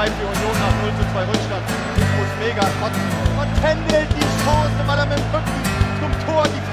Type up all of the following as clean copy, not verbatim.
treibt die Union nach 0:2 Rückstand. Ich muss mega kotzen. Und händelt die Chance, weil er mit dem Rücken zum Tor die...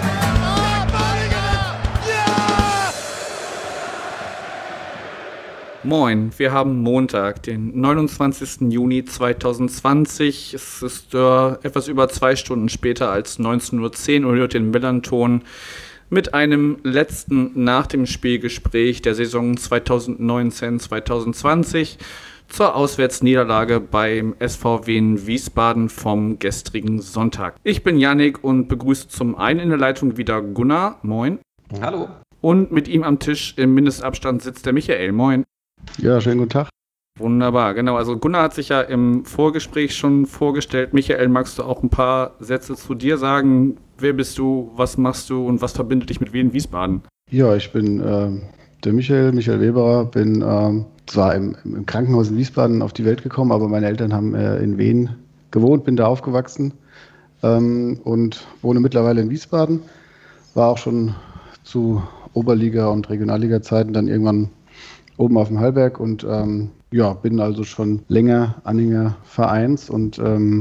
Moin, wir haben Montag, den 29. Juni 2020. Es ist etwas über 2 Stunden später als 19:10 Uhr. Hört den Millanton mit einem letzten nach dem Spielgespräch der Saison 2019-2020 zur Auswärtsniederlage beim SVW in Wiesbaden vom gestrigen Sonntag. Ich bin Yannick und begrüße zum einen in der Leitung wieder Gunnar. Moin. Hallo. Und mit ihm am Tisch im Mindestabstand sitzt der Michael. Moin. Ja, schönen guten Tag. Wunderbar, genau. Also Gunnar hat sich ja im Vorgespräch schon vorgestellt. Michael, magst du auch ein paar Sätze zu dir sagen? Wer bist du, was machst du und was verbindet dich mit Wien Wiesbaden? Ja, ich bin der Michael Weberer, bin zwar im Krankenhaus in Wiesbaden auf die Welt gekommen, aber meine Eltern haben in Wien gewohnt, bin da aufgewachsen und wohne mittlerweile in Wiesbaden. War auch schon zu Oberliga- und Regionalliga-Zeiten dann irgendwann oben auf dem Hallberg und bin also schon länger Anhänger Vereins und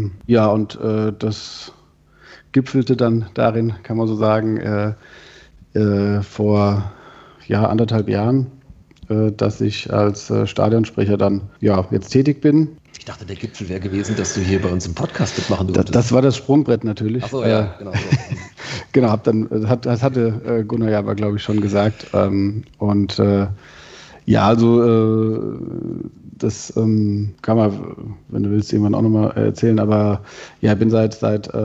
das gipfelte dann darin, kann man so sagen, vor 1,5 Jahren, dass ich als Stadionsprecher dann jetzt tätig bin. Ich dachte, der Gipfel wäre gewesen, dass du hier bei uns im Podcast mitmachen durftest. Das war das Sprungbrett natürlich. Ach so, ja, genau. So. Genau, das hatte Gunnar ja aber, glaube ich, schon gesagt. Das kann man, wenn du willst, irgendwann auch nochmal erzählen. Aber ja, ich bin seit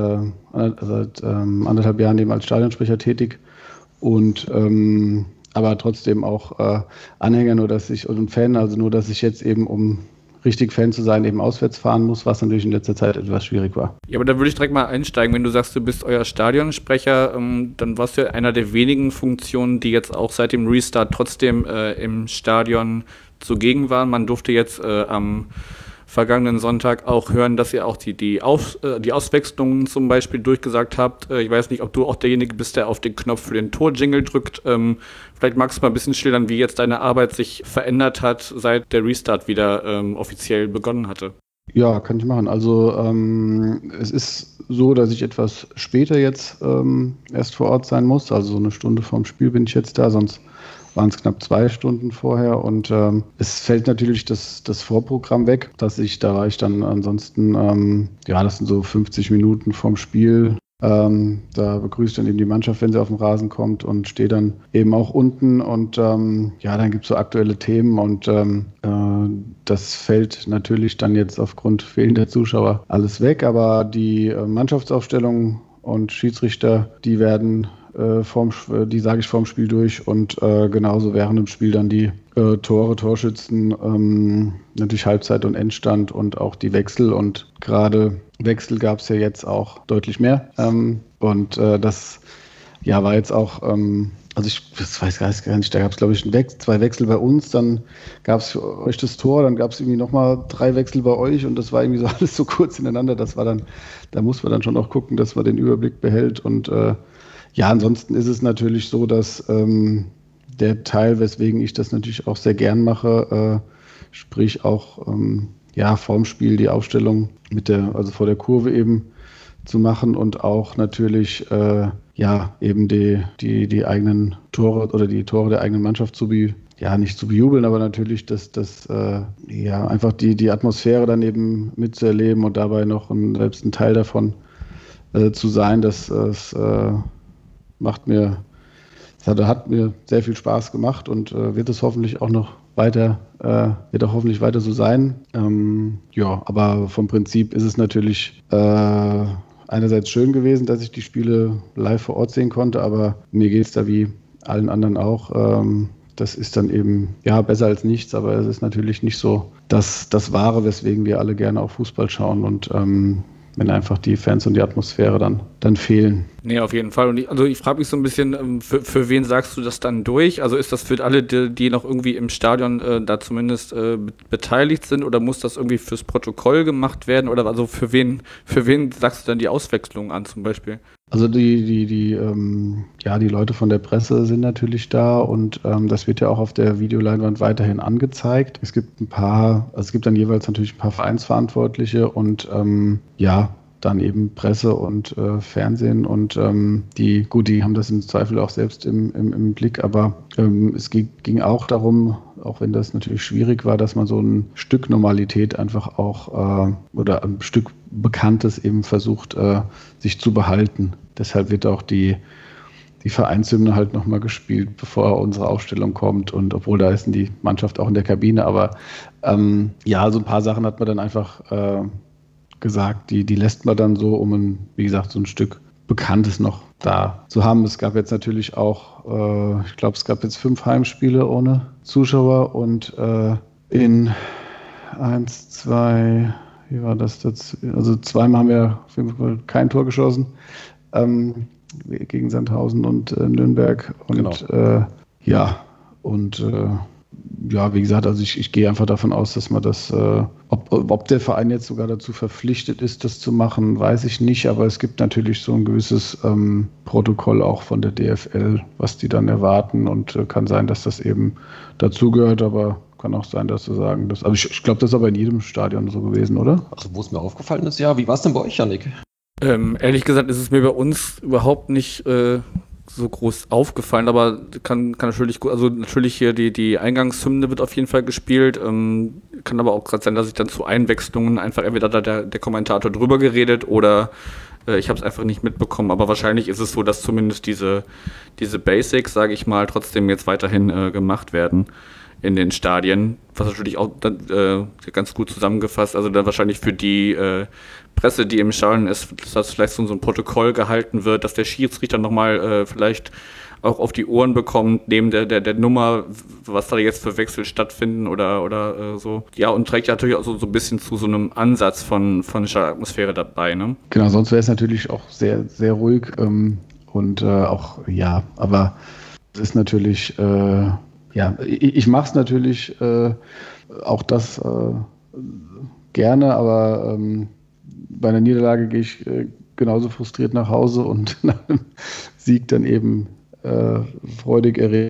1,5 Jahren eben als Stadionsprecher tätig und aber trotzdem auch Anhänger, und Fan, also nur, dass ich jetzt eben, um richtig Fan zu sein, eben auswärts fahren muss, was natürlich in letzter Zeit etwas schwierig war. Ja, aber da würde ich direkt mal einsteigen. Wenn du sagst, du bist euer Stadionsprecher, dann warst du ja einer der wenigen Funktionen, die jetzt auch seit dem Restart trotzdem im Stadion zugegen waren. Man durfte jetzt am vergangenen Sonntag auch hören, dass ihr auch die Auswechslungen zum Beispiel durchgesagt habt. Ich weiß nicht, ob du auch derjenige bist, der auf den Knopf für den Torjingle drückt. Vielleicht magst du mal ein bisschen schildern, wie jetzt deine Arbeit sich verändert hat, seit der Restart wieder offiziell begonnen hatte. Ja, kann ich machen. Also es ist so, dass ich etwas später jetzt erst vor Ort sein muss. Also so eine Stunde vorm Spiel bin ich jetzt da, sonst waren es knapp 2 Stunden vorher und es fällt natürlich das Vorprogramm weg, da war ich dann ansonsten, das sind so 50 Minuten vorm Spiel, da begrüßt dann eben die Mannschaft, wenn sie auf den Rasen kommt und stehe dann eben auch unten und dann gibt es so aktuelle Themen und das fällt natürlich dann jetzt aufgrund fehlender Zuschauer alles weg, aber die Mannschaftsaufstellung und Schiedsrichter, die werden die sage ich vorm Spiel durch und genauso während dem Spiel dann die Torschützen, natürlich Halbzeit und Endstand und auch die Wechsel und gerade Wechsel gab es ja jetzt auch deutlich mehr das war jetzt auch, das weiß gar nicht, da gab es glaube ich 2 Wechsel bei uns, dann gab es für euch das Tor, dann gab es irgendwie nochmal 3 Wechsel bei euch und das war irgendwie so alles so kurz ineinander, da muss man dann schon auch gucken, dass man den Überblick behält und ansonsten ist es natürlich so, dass der Teil, weswegen ich das natürlich auch sehr gern mache, sprich auch vorm Spiel die Aufstellung vor der Kurve eben zu machen und auch natürlich eben die eigenen Tore oder die Tore der eigenen Mannschaft nicht zu bejubeln, aber natürlich einfach die Atmosphäre dann eben mitzuerleben und dabei noch selbst ein Teil davon zu sein, hat mir sehr viel Spaß gemacht und wird es hoffentlich auch noch weiter so sein. Aber vom Prinzip ist es natürlich einerseits schön gewesen, dass ich die Spiele live vor Ort sehen konnte, aber mir geht es da wie allen anderen auch. Das ist dann eben besser als nichts, aber es ist natürlich nicht so das Wahre, weswegen wir alle gerne auf Fußball schauen und wenn einfach die Fans und die Atmosphäre dann fehlen. Nee, auf jeden Fall. Und ich frage mich so ein bisschen, für wen sagst du das dann durch? Also ist das für alle, die noch irgendwie im Stadion da zumindest beteiligt sind oder muss das irgendwie fürs Protokoll gemacht werden? Oder also für wen sagst du dann die Auswechslung an zum Beispiel? Also die Leute von der Presse sind natürlich da und das wird ja auch auf der Videoleinwand weiterhin angezeigt. Es gibt dann jeweils natürlich ein paar Vereinsverantwortliche und dann eben Presse und Fernsehen und die haben das im Zweifel auch selbst im Blick, aber es ging auch darum, auch wenn das natürlich schwierig war, dass man so ein Stück Normalität einfach auch oder ein Stück Bekanntes eben versucht, sich zu behalten. Deshalb wird auch die Vereinshymne halt nochmal gespielt, bevor unsere Aufstellung kommt. Und obwohl da ist die Mannschaft auch in der Kabine, aber so ein paar Sachen hat man dann einfach gesagt, die lässt man dann so, um wie gesagt, so ein Stück Bekanntes noch da zu haben. Es gab jetzt natürlich auch, ich glaube, es gab jetzt 5 Heimspiele ohne Zuschauer und in 1, 2, wie war das jetzt? Also zweimal haben wir auf jeden Fall kein Tor geschossen gegen Sandhausen und Nürnberg. Und wie gesagt, also ich gehe einfach davon aus, dass man das, ob der Verein jetzt sogar dazu verpflichtet ist, das zu machen, weiß ich nicht, aber es gibt natürlich so ein gewisses Protokoll auch von der DFL, was die dann erwarten und kann sein, dass das eben dazugehört, aber kann auch sein, dass sie sagen, also ich glaube, das ist aber in jedem Stadion so gewesen, oder? Also wo es mir aufgefallen ist, ja, wie war es denn bei euch, Yannick? Ehrlich gesagt ist es mir bei uns überhaupt nicht so groß aufgefallen, aber kann natürlich gut, also natürlich hier die Eingangshymne wird auf jeden Fall gespielt, kann aber auch gerade sein, dass ich dann zu Einwechslungen einfach entweder der Kommentator drüber geredet oder ich habe es einfach nicht mitbekommen, aber wahrscheinlich ist es so, dass zumindest diese Basics, sage ich mal, trotzdem jetzt weiterhin gemacht werden in den Stadien, was natürlich auch ganz gut zusammengefasst, also dann wahrscheinlich für die Presse, die im Stadion ist, dass vielleicht so ein Protokoll gehalten wird, dass der Schiedsrichter nochmal vielleicht auch auf die Ohren bekommt, neben der Nummer, was da jetzt für Wechsel stattfinden oder so. Ja, und trägt ja natürlich auch so ein bisschen zu so einem Ansatz von Atmosphäre dabei, ne? Genau, sonst wäre es natürlich auch sehr, sehr ruhig aber es ist natürlich ich mache es natürlich auch das gerne, aber bei einer Niederlage gehe ich genauso frustriert nach Hause und nach einem Sieg dann eben freudig erregt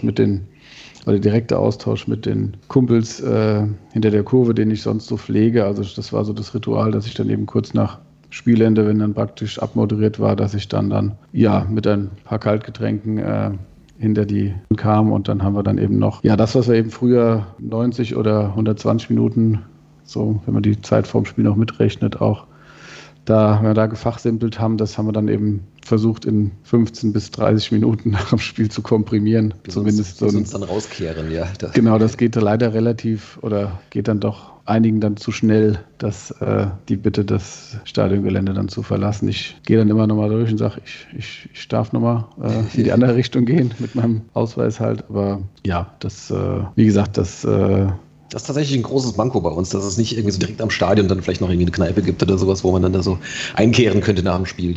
der direkte Austausch mit den Kumpels hinter der Kurve, den ich sonst so pflege. Also das war so das Ritual, dass ich dann eben kurz nach Spielende, wenn dann praktisch abmoderiert war, dass ich dann mit ein paar Kaltgetränken hinter die kam und dann haben wir dann eben noch, das, was wir eben früher 90 oder 120 Minuten, so wenn man die Zeit vorm Spiel noch mitrechnet, auch wenn wir da gefachsimpelt haben, das haben wir dann eben versucht in 15 bis 30 Minuten nach dem Spiel zu komprimieren. Zumindest so uns dann rauskehren, ja. Genau, das geht leider geht dann doch einigen dann zu schnell, dass die Bitte, das Stadiongelände dann zu verlassen. Ich gehe dann immer nochmal durch und sage, ich darf nochmal in die andere Richtung gehen mit meinem Ausweis halt. Aber wie gesagt, das ist tatsächlich ein großes Manko bei uns, dass es nicht irgendwie so direkt am Stadion dann vielleicht noch irgendwie eine Kneipe gibt oder sowas, wo man dann da so einkehren könnte nach dem Spiel.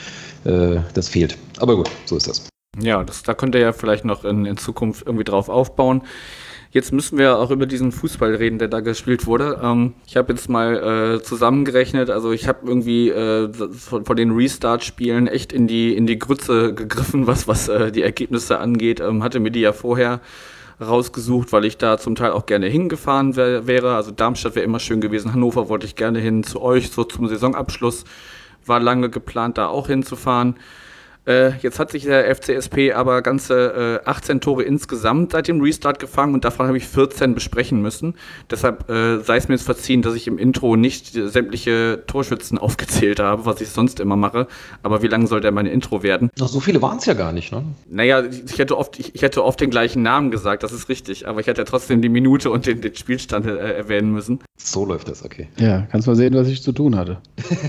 Das fehlt. Aber gut, so ist das. Ja, da könnt ihr ja vielleicht noch in Zukunft irgendwie drauf aufbauen. Jetzt müssen wir auch über diesen Fußball reden, der da gespielt wurde. Ich habe jetzt mal zusammengerechnet, also ich habe irgendwie von den Restart-Spielen echt in die Grütze gegriffen, was die Ergebnisse angeht. Hatte mir die ja vorher rausgesucht, weil ich da zum Teil auch gerne hingefahren wäre. Also Darmstadt wäre immer schön gewesen, Hannover wollte ich gerne hin zu euch, so zum Saisonabschluss. War lange geplant, da auch hinzufahren. Jetzt hat sich der FCSP aber ganze 18 Tore insgesamt seit dem Restart gefangen und davon habe ich 14 besprechen müssen. Deshalb sei es mir jetzt verziehen, dass ich im Intro nicht sämtliche Torschützen aufgezählt habe, was ich sonst immer mache. Aber wie lang soll der meine Intro werden? Ach, so viele waren es ja gar nicht, ne? Naja, ich hätte oft den gleichen Namen gesagt, das ist richtig. Aber ich hätte ja trotzdem die Minute und den Spielstand erwähnen müssen. So läuft das, okay. Ja, kannst mal sehen, was ich zu tun hatte.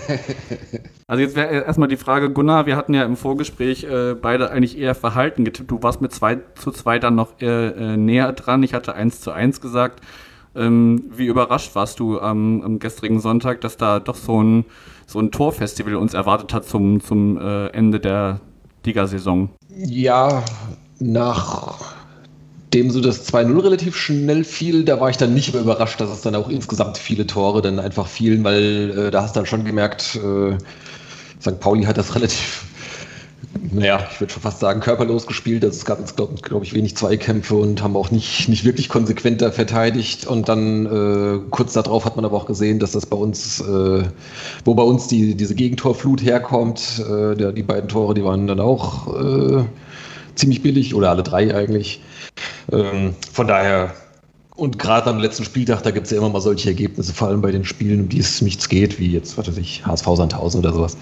Also jetzt wäre erstmal die Frage, Gunnar, wir hatten ja im Vorgespräch beide eigentlich eher verhalten getippt. Du warst mit 2:2 dann noch näher dran. Ich hatte 1:1 gesagt. Wie überrascht warst du am gestrigen Sonntag, dass da doch so ein Torfestival uns erwartet hat zum Ende der Ligasaison? Ja, nachdem so das 2:0 relativ schnell fiel, da war ich dann nicht mehr überrascht, dass es dann auch insgesamt viele Tore dann einfach fielen, weil da hast du dann schon gemerkt, St. Pauli hat das relativ Naja, ich würde schon fast sagen, körperlos gespielt. Also es gab jetzt, glaube ich, wenig Zweikämpfe und haben auch nicht wirklich konsequent da verteidigt. Und dann kurz darauf hat man aber auch gesehen, dass das bei uns, wo bei uns diese Gegentorflut herkommt, die beiden Tore, die waren dann auch ziemlich billig oder alle drei eigentlich. Von daher, und gerade am letzten Spieltag, da gibt es ja immer mal solche Ergebnisse, vor allem bei den Spielen, um die es nichts geht, wie jetzt, was weiß ich, HSV Sandhausen oder sowas.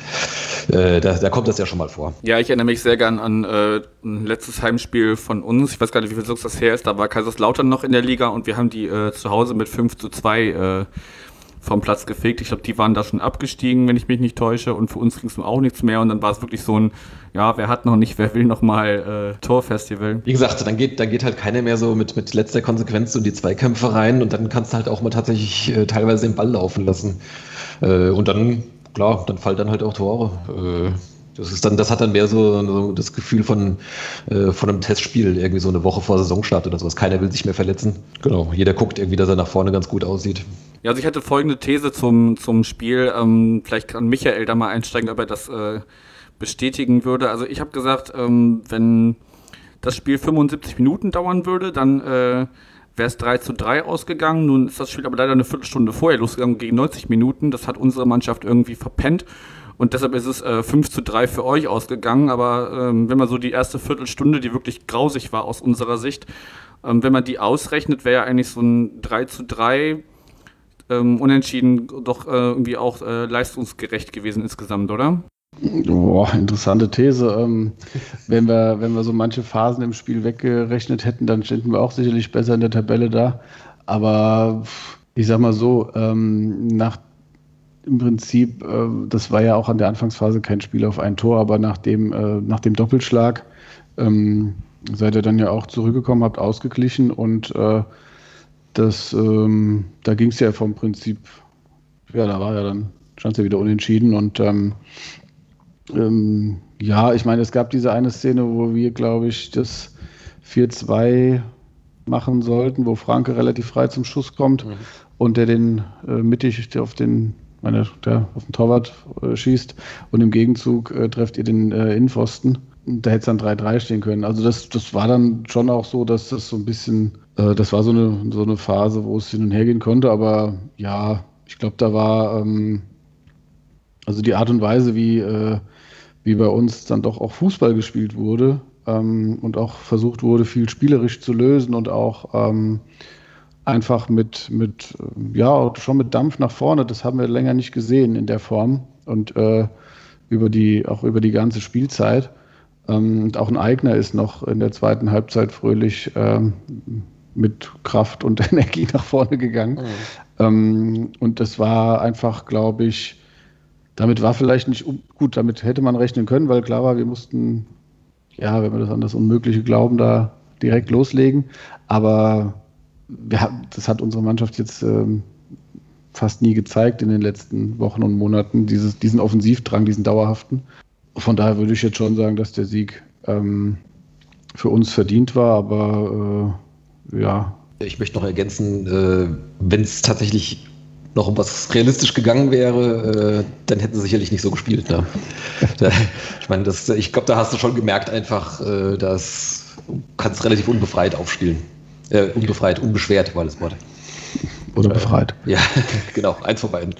Da kommt das ja schon mal vor. Ja, ich erinnere mich sehr gern an ein letztes Heimspiel von uns. Ich weiß gar nicht, wie viel Sucks das her ist. Da war Kaiserslautern noch in der Liga und wir haben die zu Hause mit 5:2 vom Platz gefegt. Ich glaube, die waren da schon abgestiegen, wenn ich mich nicht täusche. Und für uns ging es auch nichts mehr. Und dann war es wirklich so ein, ja, wer hat noch nicht, wer will noch mal Torfestival. Wie gesagt, dann geht halt keiner mehr so mit letzter Konsequenz in die Zweikämpfe rein. Und dann kannst du halt auch mal tatsächlich teilweise den Ball laufen lassen. Und dann, klar, dann fallen dann halt auch Tore. Das hat dann mehr so das Gefühl von einem Testspiel, irgendwie so eine Woche vor Saisonstart oder sowas. Keiner will sich mehr verletzen. Genau, jeder guckt irgendwie, dass er nach vorne ganz gut aussieht. Ja, also ich hatte folgende These zum Spiel. Vielleicht kann Michael da mal einsteigen, ob er das bestätigen würde. Also ich habe gesagt, wenn das Spiel 75 Minuten dauern würde, dann wäre es 3:3 ausgegangen. Nun ist das Spiel aber leider eine Viertelstunde vorher losgegangen, gegen 90 Minuten. Das hat unsere Mannschaft irgendwie verpennt. Und deshalb ist es 5:3 für euch ausgegangen. Aber wenn man so die erste Viertelstunde, die wirklich grausig war aus unserer Sicht, wenn man die ausrechnet, wäre ja eigentlich so ein 3:3 Unentschieden doch irgendwie auch leistungsgerecht gewesen insgesamt, oder? Boah, interessante These. Wenn wir so manche Phasen im Spiel weggerechnet hätten, dann ständen wir auch sicherlich besser in der Tabelle da. Aber ich sag mal so, im Prinzip, das war ja auch an der Anfangsphase kein Spiel auf ein Tor, aber nach dem Doppelschlag seid ihr dann ja auch zurückgekommen, habt ausgeglichen und da ging es ja vom Prinzip, ja, stand es ja wieder unentschieden und ja, ich meine, es gab diese eine Szene, wo wir, glaube ich, das 4:2 machen sollten, wo Franke relativ frei zum Schuss kommt und der den mittig auf den Torwart schießt und im Gegenzug trefft ihr den Innenpfosten. Da hätte es dann 3:3 stehen können. Also das war dann schon auch so, dass das so ein bisschen, das war so eine Phase, wo es hin und her gehen konnte. Aber ja, ich glaube, da war also die Art und Weise, wie bei uns dann doch auch Fußball gespielt wurde und auch versucht wurde, viel spielerisch zu lösen und auch einfach schon mit Dampf nach vorne. Das haben wir länger nicht gesehen in der Form und über die ganze Spielzeit. Und auch ein Eigner ist noch in der zweiten Halbzeit fröhlich mit Kraft und Energie nach vorne gegangen. Und das war einfach, glaube ich, damit war vielleicht nicht gut, damit hätte man rechnen können, weil klar war, wir mussten, ja, wenn wir das an das Unmögliche glauben, da direkt loslegen. Aber das hat unsere Mannschaft jetzt fast nie gezeigt in den letzten Wochen und Monaten, diesen Offensivdrang, diesen dauerhaften. Von daher würde ich jetzt schon sagen, dass der Sieg für uns verdient war, aber ja. Ich möchte noch ergänzen, wenn es tatsächlich noch um was realistisch gegangen wäre, dann hätten sie sicherlich nicht so gespielt. Ne? Ich meine, ich glaube, da hast du schon gemerkt einfach, dass du kannst relativ unbefreit aufspielen. Unbeschwert war das Wort. Oder befreit. Ja, genau, eins von beiden.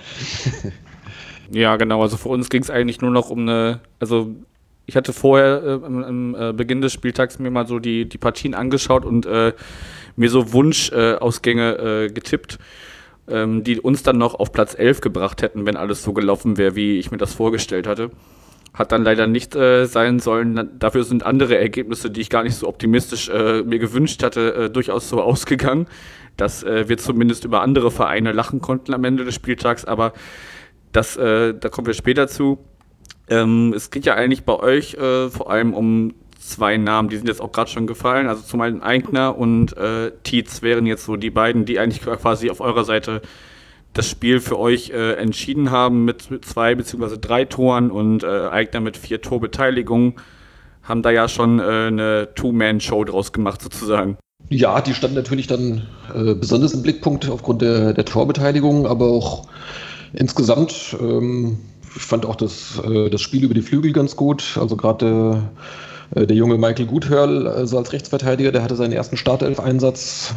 Ja, genau, also für uns ging es eigentlich nur noch um also ich hatte vorher am Beginn des Spieltags mir mal so die Partien angeschaut und mir so Wunschausgänge getippt, die uns dann noch auf Platz 11 gebracht hätten, wenn alles so gelaufen wäre, wie ich mir das vorgestellt hatte. Hat dann leider nicht sein sollen. Dafür sind andere Ergebnisse, die ich gar nicht so optimistisch mir gewünscht hatte, durchaus so ausgegangen, dass wir zumindest über andere Vereine lachen konnten am Ende des Spieltags, aber da kommen wir später zu. Es geht ja eigentlich bei euch vor allem um zwei Namen, die sind jetzt auch gerade schon gefallen, also zum einen Eigner und Tietz wären jetzt so die beiden, die eigentlich quasi auf eurer Seite das Spiel für euch entschieden haben mit 2 bzw. 3 Toren und Eigner mit 4 Torbeteiligungen, haben da ja schon eine Two-Man-Show draus gemacht sozusagen. Ja, die stand natürlich dann besonders im Blickpunkt aufgrund der Torbeteiligung, aber auch insgesamt Ich fand auch das Spiel über die Flügel ganz gut. Also gerade der junge Michael Guthörl, also als Rechtsverteidiger, der hatte seinen ersten Startelf-Einsatz.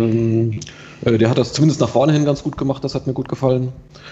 Der hat das zumindest nach vorne hin ganz gut gemacht, das hat mir gut gefallen.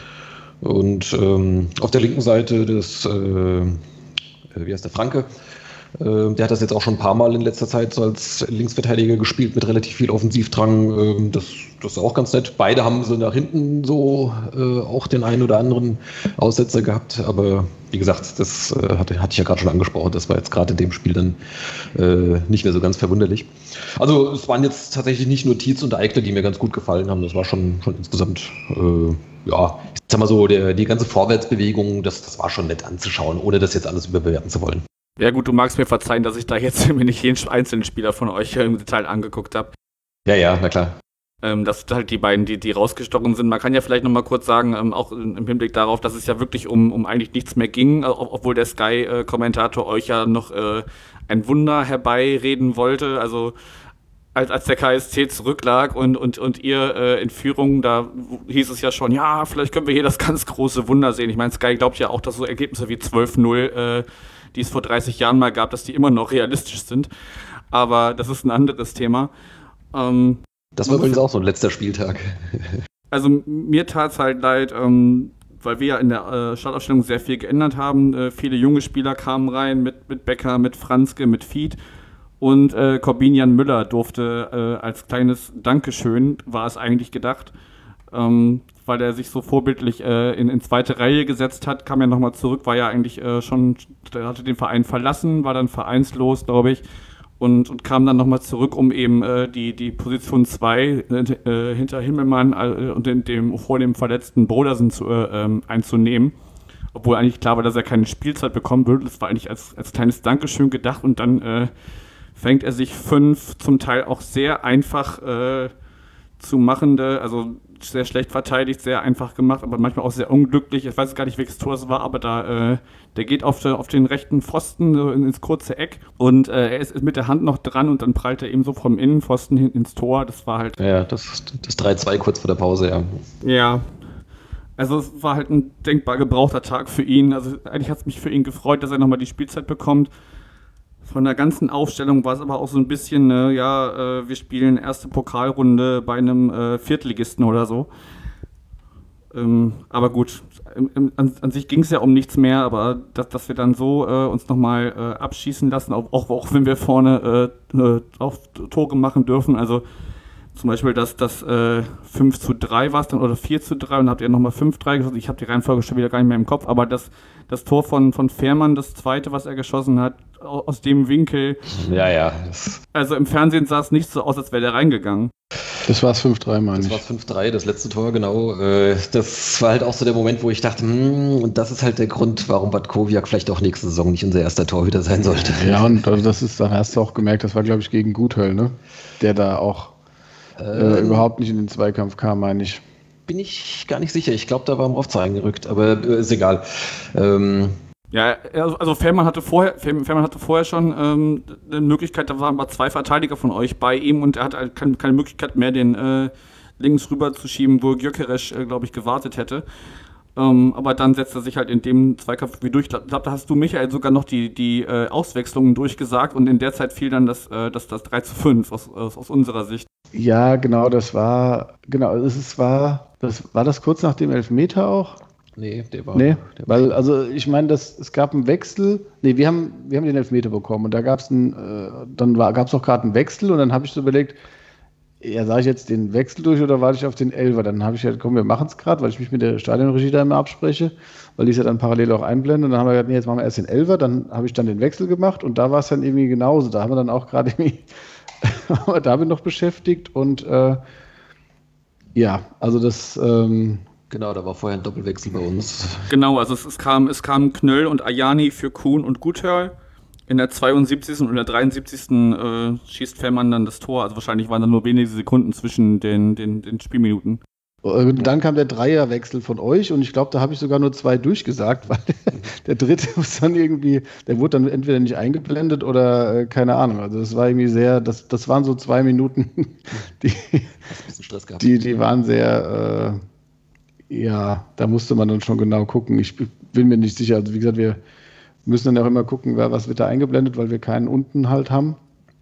Und auf der linken Seite wie heißt der, Franke, der hat das jetzt auch schon ein paar Mal in letzter Zeit so als Linksverteidiger gespielt mit relativ viel Offensivdrang. Das ist auch ganz nett. Beide haben so nach hinten so auch den einen oder anderen Aussetzer gehabt. Aber wie gesagt, das hatte ich ja gerade schon angesprochen. Das war jetzt gerade in dem Spiel dann nicht mehr so ganz verwunderlich. Also es waren jetzt tatsächlich nicht nur Tietz und Eickler, die mir ganz gut gefallen haben. Das war schon insgesamt, ja, ich sag mal so, die ganze Vorwärtsbewegung, das war schon nett anzuschauen, ohne das jetzt alles überbewerten zu wollen. Ja gut, du magst mir verzeihen, dass ich da jetzt mir nicht jeden einzelnen Spieler von euch im Detail angeguckt habe. Ja, na klar. Das sind halt die beiden, die rausgestochen sind. Man kann ja vielleicht noch mal kurz sagen, auch im Hinblick darauf, dass es ja wirklich um eigentlich nichts mehr ging, obwohl der Sky-Kommentator euch ja noch ein Wunder herbeireden wollte. Also als der KSC zurücklag und ihr in Führung, da hieß es ja schon, ja, vielleicht können wir hier das ganz große Wunder sehen. Ich meine, Sky glaubt ja auch, dass so Ergebnisse wie 12-0, die es vor 30 Jahren mal gab, dass die immer noch realistisch sind. Aber das ist ein anderes Thema. Das war übrigens auch so ein letzter Spieltag. Also mir tat es halt leid, weil wir ja in der Startaufstellung sehr viel geändert haben. Viele junge Spieler kamen rein mit Becker, mit Franzke, mit Fied. Und Corbinian Müller durfte als kleines Dankeschön, war es eigentlich gedacht, weil er sich so vorbildlich in zweite Reihe gesetzt hat, kam ja nochmal zurück, war ja eigentlich schon, der hatte den Verein verlassen, war dann vereinslos, glaube ich, und kam dann nochmal zurück, um eben die Position 2 hinter Himmelmann und vor dem verletzten Brodersen einzunehmen. Obwohl eigentlich klar war, dass er keine Spielzeit bekommen würde. Das war eigentlich als kleines Dankeschön gedacht und dann fängt er sich 5 zum Teil auch sehr einfach zu machende, also sehr schlecht verteidigt, sehr einfach gemacht, aber manchmal auch sehr unglücklich. Ich weiß gar nicht, welches Tor es war, aber der geht auf den rechten Pfosten so ins kurze Eck und er ist mit der Hand noch dran und dann prallt er eben so vom Innenpfosten hin ins Tor. Das war halt... Ja, das 3-2 kurz vor der Pause, ja. Ja, also es war halt ein denkbar gebrauchter Tag für ihn. Also eigentlich hat es mich für ihn gefreut, dass er nochmal die Spielzeit bekommt. Von der ganzen Aufstellung war es aber auch so ein bisschen, wir spielen erste Pokalrunde bei einem Viertligisten oder so. Aber gut, an sich ging es ja um nichts mehr, aber dass wir dann so uns nochmal abschießen lassen, auch wenn wir vorne auch Tore machen dürfen. Also zum Beispiel das 5-3 war es dann oder 4-3 und dann habt ihr nochmal 5-3 geschossen. Ich habe die Reihenfolge schon wieder gar nicht mehr im Kopf, aber das Tor von Fährmann, das zweite, was er geschossen hat, aus dem Winkel. Ja. Also im Fernsehen sah es nicht so aus, als wäre der reingegangen. Das war es 5-3, meine ich. Das war 5-3, das letzte Tor, genau. Das war halt auch so der Moment, wo ich dachte, und das ist halt der Grund, warum Batkowiak vielleicht auch nächste Saison nicht unser erster Torhüter sein sollte. Ja, und dann hast du auch gemerkt, das war, glaube ich, gegen Guthöll, ne? Der da auch überhaupt nicht in den Zweikampf kam, meine ich. Bin ich gar nicht sicher. Ich glaube, da war am Aufzug eingerückt, aber ist egal. Ja, also Fährmann hatte vorher schon eine Möglichkeit, da waren aber 2 Verteidiger von euch bei ihm und er hatte halt keine Möglichkeit mehr, den links rüber zu schieben, wo Gyökeres, glaube ich, gewartet hätte. Aber dann setzt er sich halt in dem Zweikampf wie durch. Ich glaube, da hast du, Michael, sogar noch die Auswechslungen durchgesagt und in der Zeit fiel dann das 3-5 aus unserer Sicht. Ja, genau, das war das kurz nach dem Elfmeter auch? Nee, weil, also ich meine, es gab einen Wechsel, wir haben den Elfmeter bekommen und da gab es gab's auch gerade einen Wechsel und dann habe ich so überlegt, ja, sage ich jetzt den Wechsel durch oder warte ich auf den Elfer? Dann habe ich gesagt, komm, wir machen es gerade, weil ich mich mit der Stadionregie da immer abspreche, weil die es ja dann parallel auch einblenden und dann haben wir gesagt, nee, jetzt machen wir erst den Elfer, dann habe ich dann den Wechsel gemacht und da war es dann irgendwie genauso, da haben wir dann auch gerade irgendwie damit noch beschäftigt und ja, also das genau, da war vorher ein Doppelwechsel bei uns. Genau, also es kam Knöll und Ayani für Kuhn und Guthörl. In der 72. und in der 73. Schießt Fährmann dann das Tor. Also wahrscheinlich waren da nur wenige Sekunden zwischen den Spielminuten. Dann kam der Dreierwechsel von euch und ich glaube, da habe ich sogar nur 2 durchgesagt, weil der dritte ist dann irgendwie, der wurde dann entweder nicht eingeblendet oder keine Ahnung. Also das war irgendwie das waren so 2 Minuten, die waren sehr, Ja, da musste man dann schon genau gucken. Ich bin mir nicht sicher. Also wie gesagt, wir müssen dann auch immer gucken, was wird da eingeblendet, weil wir keinen unten halt haben.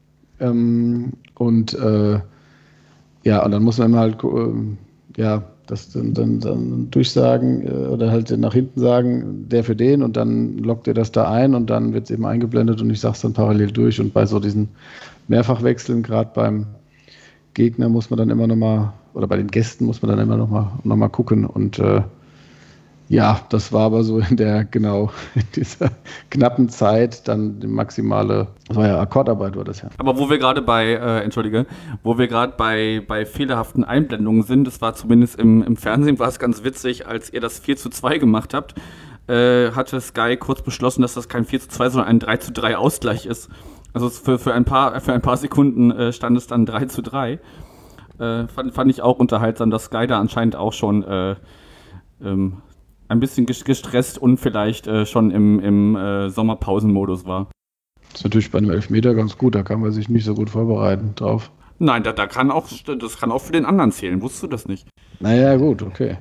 Und dann muss man immer halt das dann durchsagen oder halt nach hinten sagen, der für den, und dann lockt er das da ein und dann wird es eben eingeblendet und ich sage es dann parallel durch. Und bei so diesen Mehrfachwechseln, gerade beim Gegner, muss man dann immer nochmal, oder bei den Gästen muss man dann immer noch mal gucken. Und das war aber so in dieser knappen Zeit dann die maximale, das war ja Akkordarbeit, war das ja. Aber wo wir gerade bei fehlerhaften Einblendungen sind, das war zumindest im Fernsehen, war es ganz witzig, als ihr das 4:2 gemacht habt, hatte Sky kurz beschlossen, dass das kein 4:2, sondern ein 3:3 Ausgleich ist. Also für ein paar Sekunden stand es dann 3:3. Fand ich auch unterhaltsam, dass Sky da anscheinend auch schon ein bisschen gestresst und vielleicht schon im Sommerpausenmodus war. Das ist natürlich bei einem Elfmeter ganz gut, da kann man sich nicht so gut vorbereiten drauf. Nein, das kann auch für den anderen zählen, wusstest du das nicht? Naja, gut, okay.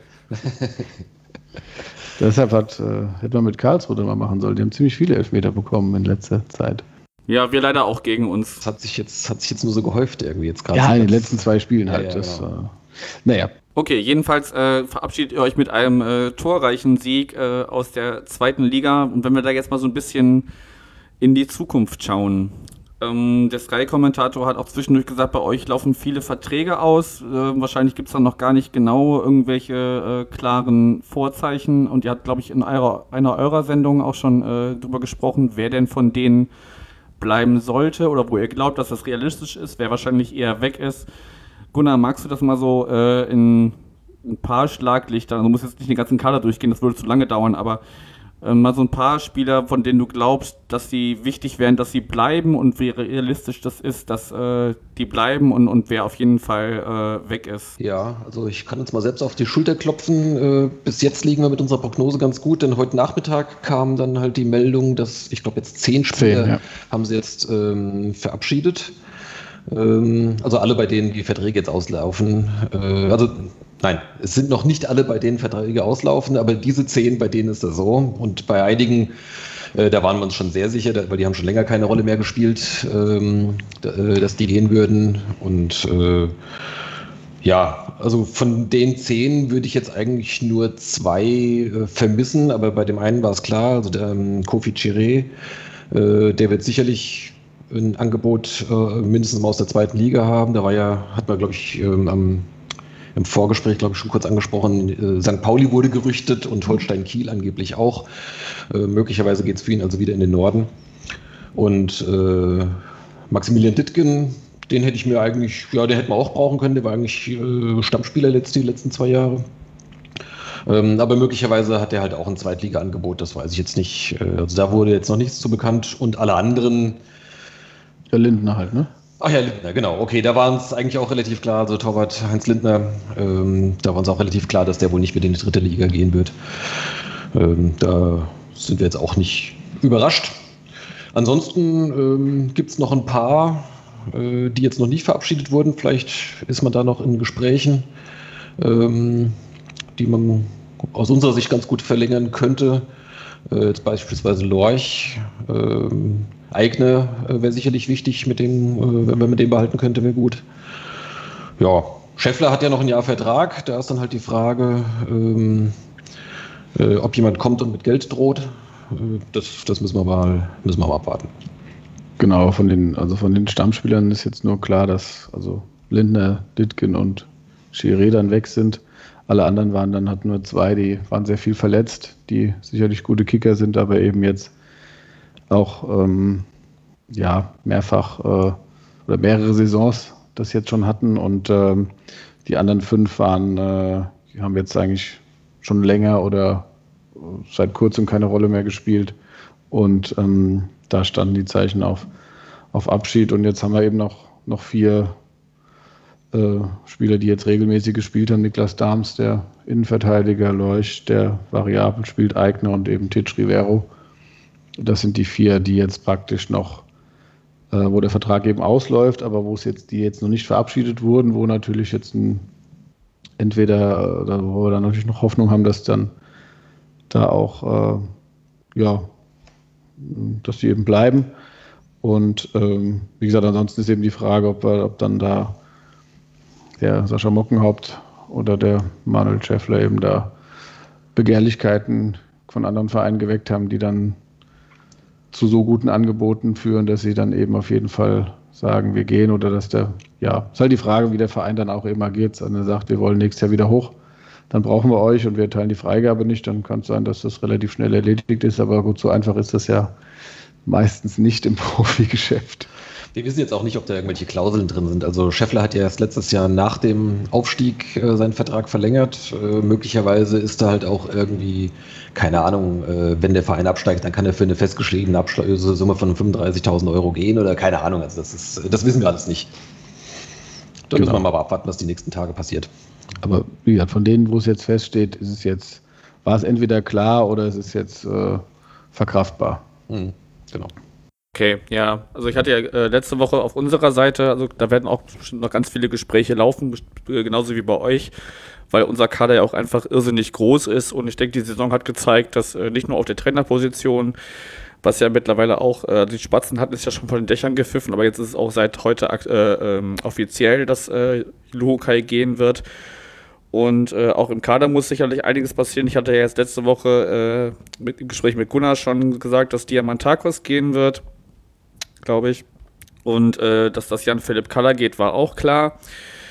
Deshalb hätte man mit Karlsruhe dann mal machen sollen. Die haben ziemlich viele Elfmeter bekommen in letzter Zeit. Ja, wir leider auch gegen uns. Das hat sich jetzt nur so gehäuft irgendwie jetzt gerade. Ja, in den letzten 2 Spielen halt. Ja, genau. Okay, jedenfalls verabschiedet ihr euch mit einem torreichen Sieg aus der 2. Liga. Und wenn wir da jetzt mal so ein bisschen in die Zukunft schauen. Der Sky-Kommentator hat auch zwischendurch gesagt, bei euch laufen viele Verträge aus. Wahrscheinlich gibt es dann noch gar nicht genau irgendwelche klaren Vorzeichen. Und ihr habt, glaube ich, in einer eurer Sendungen auch schon drüber gesprochen, wer denn von denen bleiben sollte oder wo ihr glaubt, dass das realistisch ist, wer wahrscheinlich eher weg ist. Gunnar, magst du das mal so in ein paar Schlaglichter, also du musst jetzt nicht den ganzen Kader durchgehen, das würde zu lange dauern, aber mal so ein paar Spieler, von denen du glaubst, dass sie wichtig wären, dass sie bleiben und wie realistisch das ist, dass die bleiben und wer auf jeden Fall weg ist. Ja, also ich kann uns mal selbst auf die Schulter klopfen. Bis jetzt liegen wir mit unserer Prognose ganz gut, denn heute Nachmittag kam dann halt die Meldung, dass, ich glaube jetzt 10 Spieler haben sie jetzt verabschiedet. Also alle, bei denen die Verträge jetzt auslaufen. Nein, es sind noch nicht alle, bei denen Verträge auslaufen, aber diese 10, bei denen ist das so. Und bei einigen, da waren wir uns schon sehr sicher, weil die haben schon länger keine Rolle mehr gespielt, dass die gehen würden. Und also von den 10 würde ich jetzt eigentlich nur 2 vermissen, aber bei dem einen war es klar, also der Kofi Chiré, der wird sicherlich ein Angebot mindestens mal aus der 2. Liga haben. Da hat man, glaube ich, im Vorgespräch, glaube ich, schon kurz angesprochen, St. Pauli wurde gerüchtet und Holstein Kiel angeblich auch. Möglicherweise geht es für ihn also wieder in den Norden. Und Maximilian Dittgen, den hätte ich mir eigentlich, den hätten wir auch brauchen können. Der war eigentlich Stammspieler die letzten 2 Jahre. Aber möglicherweise hat er halt auch ein Zweitliga-Angebot, das weiß ich jetzt nicht. Also da wurde jetzt noch nichts zu bekannt. Und alle anderen... Der Lindner halt, ne? Ach ja, Lindner, genau. Okay, da war uns eigentlich auch relativ klar, also Torwart Heinz Lindner, da war uns auch relativ klar, dass der wohl nicht wieder in die 3. Liga gehen wird. Da sind wir jetzt auch nicht überrascht. Ansonsten gibt es noch ein paar, die jetzt noch nicht verabschiedet wurden. Vielleicht ist man da noch in Gesprächen, die man aus unserer Sicht ganz gut verlängern könnte. Jetzt beispielsweise Lorch. Eigner wäre sicherlich wichtig, wenn man den behalten könnte, wäre gut. Ja, Scheffler hat ja noch ein Jahr Vertrag, da ist dann halt die Frage, ob jemand kommt und mit Geld droht. Das müssen wir mal abwarten. Genau, von den Stammspielern ist jetzt nur klar, dass also Lindner, Dittgen und Chiré dann weg sind. Alle anderen waren dann halt nur 2, die waren sehr viel verletzt, die sicherlich gute Kicker sind, aber eben jetzt auch mehrfach oder mehrere Saisons das jetzt schon hatten und die anderen 5 die haben jetzt eigentlich schon länger oder seit kurzem keine Rolle mehr gespielt und da standen die Zeichen auf Abschied und jetzt haben wir eben noch 4 Spieler, die jetzt regelmäßig gespielt haben. Niklas Dahms, der Innenverteidiger, Leuch, der variabel spielt, Eigner und eben Titsch Rivero. Das sind die 4, die jetzt praktisch noch, wo der Vertrag eben ausläuft, aber die jetzt noch nicht verabschiedet wurden, wo natürlich jetzt ein entweder, wo wir dann natürlich noch Hoffnung haben, dass dann da auch, dass die eben bleiben. Und wie gesagt, ansonsten ist eben die Frage, ob dann da der Sascha Mockenhaupt oder der Manuel Schäffler eben da Begehrlichkeiten von anderen Vereinen geweckt haben, die dann zu so guten Angeboten führen, dass sie dann eben auf jeden Fall sagen, wir gehen, oder dass ist halt die Frage, wie der Verein dann auch eben agiert. Wenn er sagt, wir wollen nächstes Jahr wieder hoch, dann brauchen wir euch und wir teilen die Freigabe nicht, dann kann es sein, dass das relativ schnell erledigt ist, aber gut, so einfach ist das ja meistens nicht im Profigeschäft. Wir wissen jetzt auch nicht, ob da irgendwelche Klauseln drin sind. Also Schäffler hat ja erst letztes Jahr nach dem Aufstieg seinen Vertrag verlängert. Möglicherweise ist da halt auch irgendwie, keine Ahnung, wenn der Verein absteigt, dann kann er für eine festgeschriebene Summe von 35.000 Euro gehen oder keine Ahnung. Also das wissen wir alles nicht. Da müssen wir mal abwarten, was die nächsten Tage passiert. Aber wie gesagt, von denen, wo es jetzt feststeht, war es entweder klar oder es ist jetzt verkraftbar. Genau. Okay, ja, also ich hatte ja letzte Woche auf unserer Seite, also da werden auch bestimmt noch ganz viele Gespräche laufen, genauso wie bei euch, weil unser Kader ja auch einfach irrsinnig groß ist und ich denke, die Saison hat gezeigt, dass nicht nur auf der Trainerposition, was ja mittlerweile auch, die Spatzen hatten es ja schon von den Dächern gepfiffen, aber jetzt ist es auch seit heute offiziell, dass Luhukai gehen wird. Und auch im Kader muss sicherlich einiges passieren. Ich hatte ja jetzt letzte Woche im Gespräch mit Gunnar schon gesagt, dass Diamantakos gehen wird, glaube ich. Und dass das Jan-Philipp Kaller geht, war auch klar.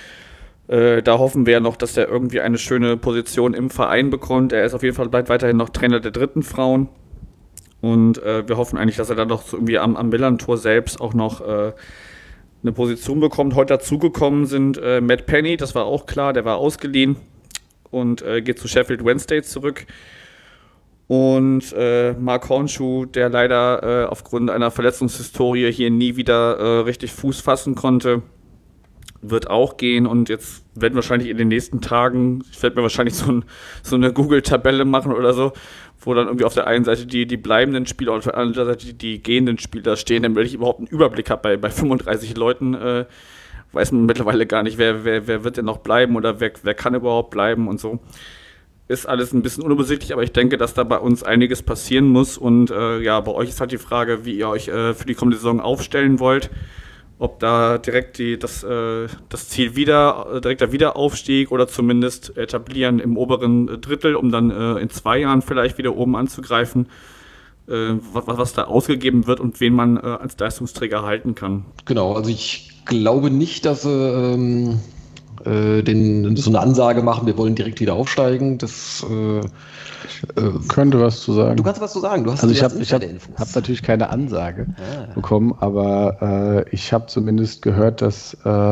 Da hoffen wir ja noch, dass er irgendwie eine schöne Position im Verein bekommt. Er ist auf jeden Fall bleibt weiterhin noch Trainer der dritten Frauen. Und wir hoffen eigentlich, dass er dann noch so irgendwie am Millantor selbst auch noch eine Position bekommt. Heute dazugekommen sind Matt Penny, das war auch klar, der war ausgeliehen und geht zu Sheffield Wednesday zurück. Und Mark Hornschuh, der leider aufgrund einer Verletzungshistorie hier nie wieder richtig Fuß fassen konnte, wird auch gehen. Und jetzt werden wahrscheinlich in den nächsten Tagen, ich werde mir wahrscheinlich so eine Google-Tabelle machen oder so, wo dann irgendwie auf der einen Seite die bleibenden Spieler und auf der anderen Seite die gehenden Spieler stehen, damit ich überhaupt einen Überblick habe. Bei 35 Leuten weiß man mittlerweile gar nicht, wer wird denn noch bleiben oder wer kann überhaupt bleiben und so. Ist alles ein bisschen unübersichtlich, aber ich denke, dass da bei uns einiges passieren muss. Und bei euch ist halt die Frage, wie ihr euch für die kommende Saison aufstellen wollt. Ob da direkt das Ziel direkter Wiederaufstieg oder zumindest etablieren im oberen Drittel, um dann in 2 Jahren vielleicht wieder oben anzugreifen, was da ausgegeben wird und wen man als Leistungsträger halten kann. Genau, also ich glaube nicht, dass sie so eine Ansage machen, wir wollen direkt wieder aufsteigen. Das könnte was zu sagen. Du kannst was zu sagen. Ich habe natürlich keine Ansage bekommen, aber ich habe zumindest gehört, dass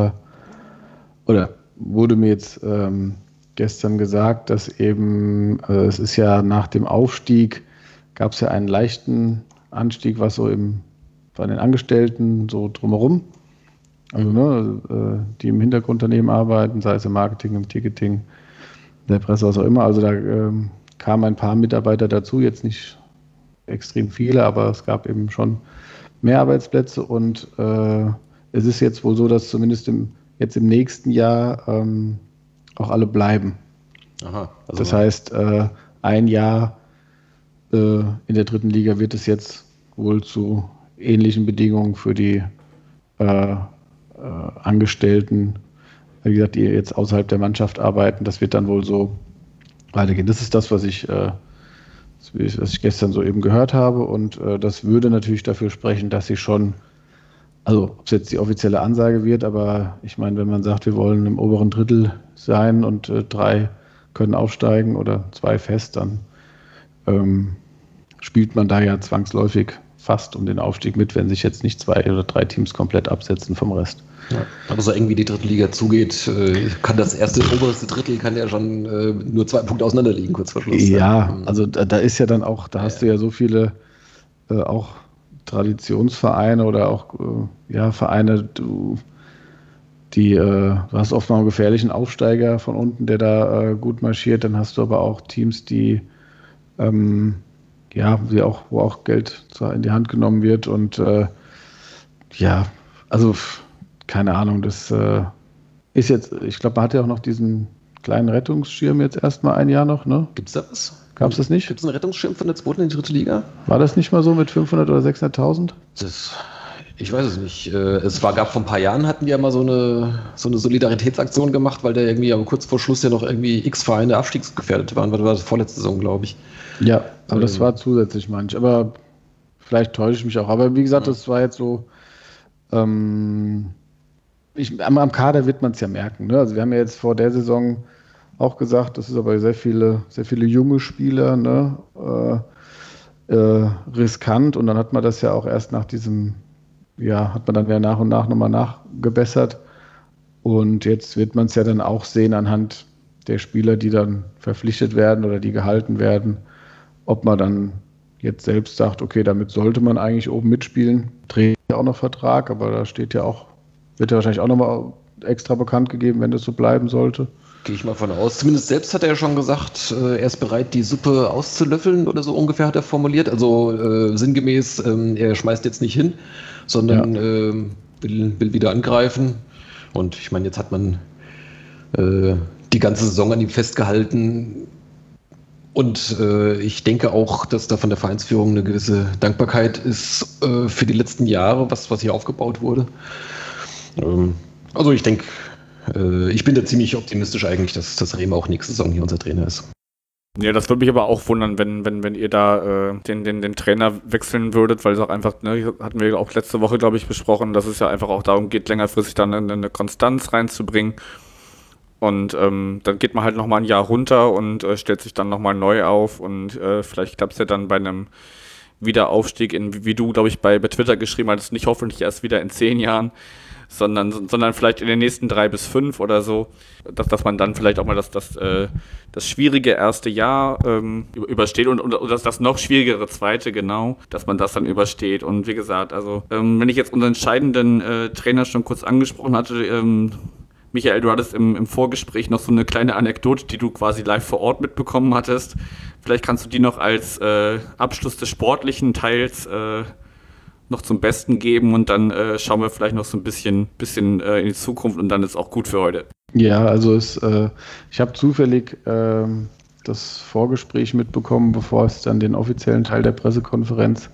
oder wurde mir jetzt gestern gesagt, dass eben es ist ja nach dem Aufstieg gab es ja einen leichten Anstieg, was so bei den Angestellten so drumherum, also die im Hintergrund daneben arbeiten, sei es im Marketing, im Ticketing, der Presse, was auch immer. Also da kamen ein paar Mitarbeiter dazu, jetzt nicht extrem viele, aber es gab eben schon mehr Arbeitsplätze und es ist jetzt wohl so, dass zumindest jetzt im nächsten Jahr auch alle bleiben. Aha, also das heißt, ein Jahr in der dritten Liga wird es jetzt wohl zu ähnlichen Bedingungen für die Angestellten, wie gesagt, die jetzt außerhalb der Mannschaft arbeiten, das wird dann wohl so weitergehen. Das ist das, was ich gestern so eben gehört habe und das würde natürlich dafür sprechen, dass sie schon, also ob es jetzt die offizielle Ansage wird, aber ich meine, wenn man sagt, wir wollen im oberen Drittel sein und 3 können aufsteigen oder 2 fest, dann spielt man da ja zwangsläufig fast um den Aufstieg mit, wenn sich jetzt nicht 2 oder 3 Teams komplett absetzen vom Rest. Ja, aber so eng wie die dritte Liga zugeht, kann das oberste Drittel kann ja schon nur 2 Punkte auseinander liegen, kurz vor Schluss. Ja, also da ist ja dann auch, da hast du ja so viele auch Traditionsvereine oder auch Vereine, du hast oft mal einen gefährlichen Aufsteiger von unten, der da gut marschiert, dann hast du aber auch Teams, die wo auch Geld in die Hand genommen wird und also keine Ahnung, das ist jetzt, ich glaube, man hat ja auch noch diesen kleinen Rettungsschirm jetzt erstmal ein Jahr noch, ne? Gibt's da was? Gab es das nicht? Gibt es einen Rettungsschirm von der zweiten in die dritte Liga? War das nicht mal so mit 500 oder 600.000? Ich weiß es nicht. Gab vor ein paar Jahren, hatten die ja mal so eine Solidaritätsaktion gemacht, weil da irgendwie aber kurz vor Schluss ja noch irgendwie x Vereine abstiegsgefährdet waren. Das war das vorletzte Saison, glaube ich. Ja, aber das war zusätzlich manch. Aber vielleicht täusche ich mich auch. Aber wie gesagt, das war jetzt so. Am Kader wird man es ja merken. Ne? Also wir haben ja jetzt vor der Saison auch gesagt, das ist aber sehr viele junge Spieler, ne? Riskant. Und dann hat man das ja auch erst nach diesem, hat man dann ja nach und nach nochmal nachgebessert. Und jetzt wird man es ja dann auch sehen anhand der Spieler, die dann verpflichtet werden oder die gehalten werden, ob man dann jetzt selbst sagt, okay, damit sollte man eigentlich oben mitspielen. Trägt ja auch noch Vertrag, aber da wird ja wahrscheinlich auch nochmal extra bekannt gegeben, wenn das so bleiben sollte. Gehe ich mal von aus. Zumindest selbst hat er ja schon gesagt, er ist bereit, die Suppe auszulöffeln oder so ungefähr hat er formuliert. Also sinngemäß, er schmeißt jetzt nicht hin, sondern will wieder angreifen. Und ich meine, jetzt hat man die ganze Saison an ihm festgehalten. Und ich denke auch, dass da von der Vereinsführung eine gewisse Dankbarkeit ist für die letzten Jahre, was hier aufgebaut wurde. Also ich denke, ich bin da ziemlich optimistisch eigentlich, dass Rehm auch nächste Saison hier unser Trainer ist. Ja, das würde mich aber auch wundern, wenn ihr da den Trainer wechseln würdet, weil es auch einfach, ne, hatten wir auch letzte Woche, glaube ich, besprochen, dass es ja einfach auch darum geht, längerfristig dann eine Konstanz reinzubringen. Und dann geht man halt nochmal ein Jahr runter und stellt sich dann nochmal neu auf und vielleicht klappt es ja dann bei einem Wiederaufstieg wie du, glaube ich, bei Twitter geschrieben hattest, nicht hoffentlich erst wieder in 10 Jahren, sondern vielleicht in den nächsten 3 bis 5 oder so, dass man dann vielleicht auch mal das schwierige erste Jahr übersteht und das noch schwierigere zweite, genau, dass man das dann übersteht. Und wie gesagt, also wenn ich jetzt unseren entscheidenden Trainer schon kurz angesprochen hatte, Michael, du hattest im Vorgespräch noch so eine kleine Anekdote, die du quasi live vor Ort mitbekommen hattest. Vielleicht kannst du die noch als Abschluss des sportlichen Teils noch zum Besten geben und dann schauen wir vielleicht noch so ein bisschen in die Zukunft und dann ist auch gut für heute. Ja, also ich habe zufällig das Vorgespräch mitbekommen, bevor es dann den offiziellen Teil der Pressekonferenz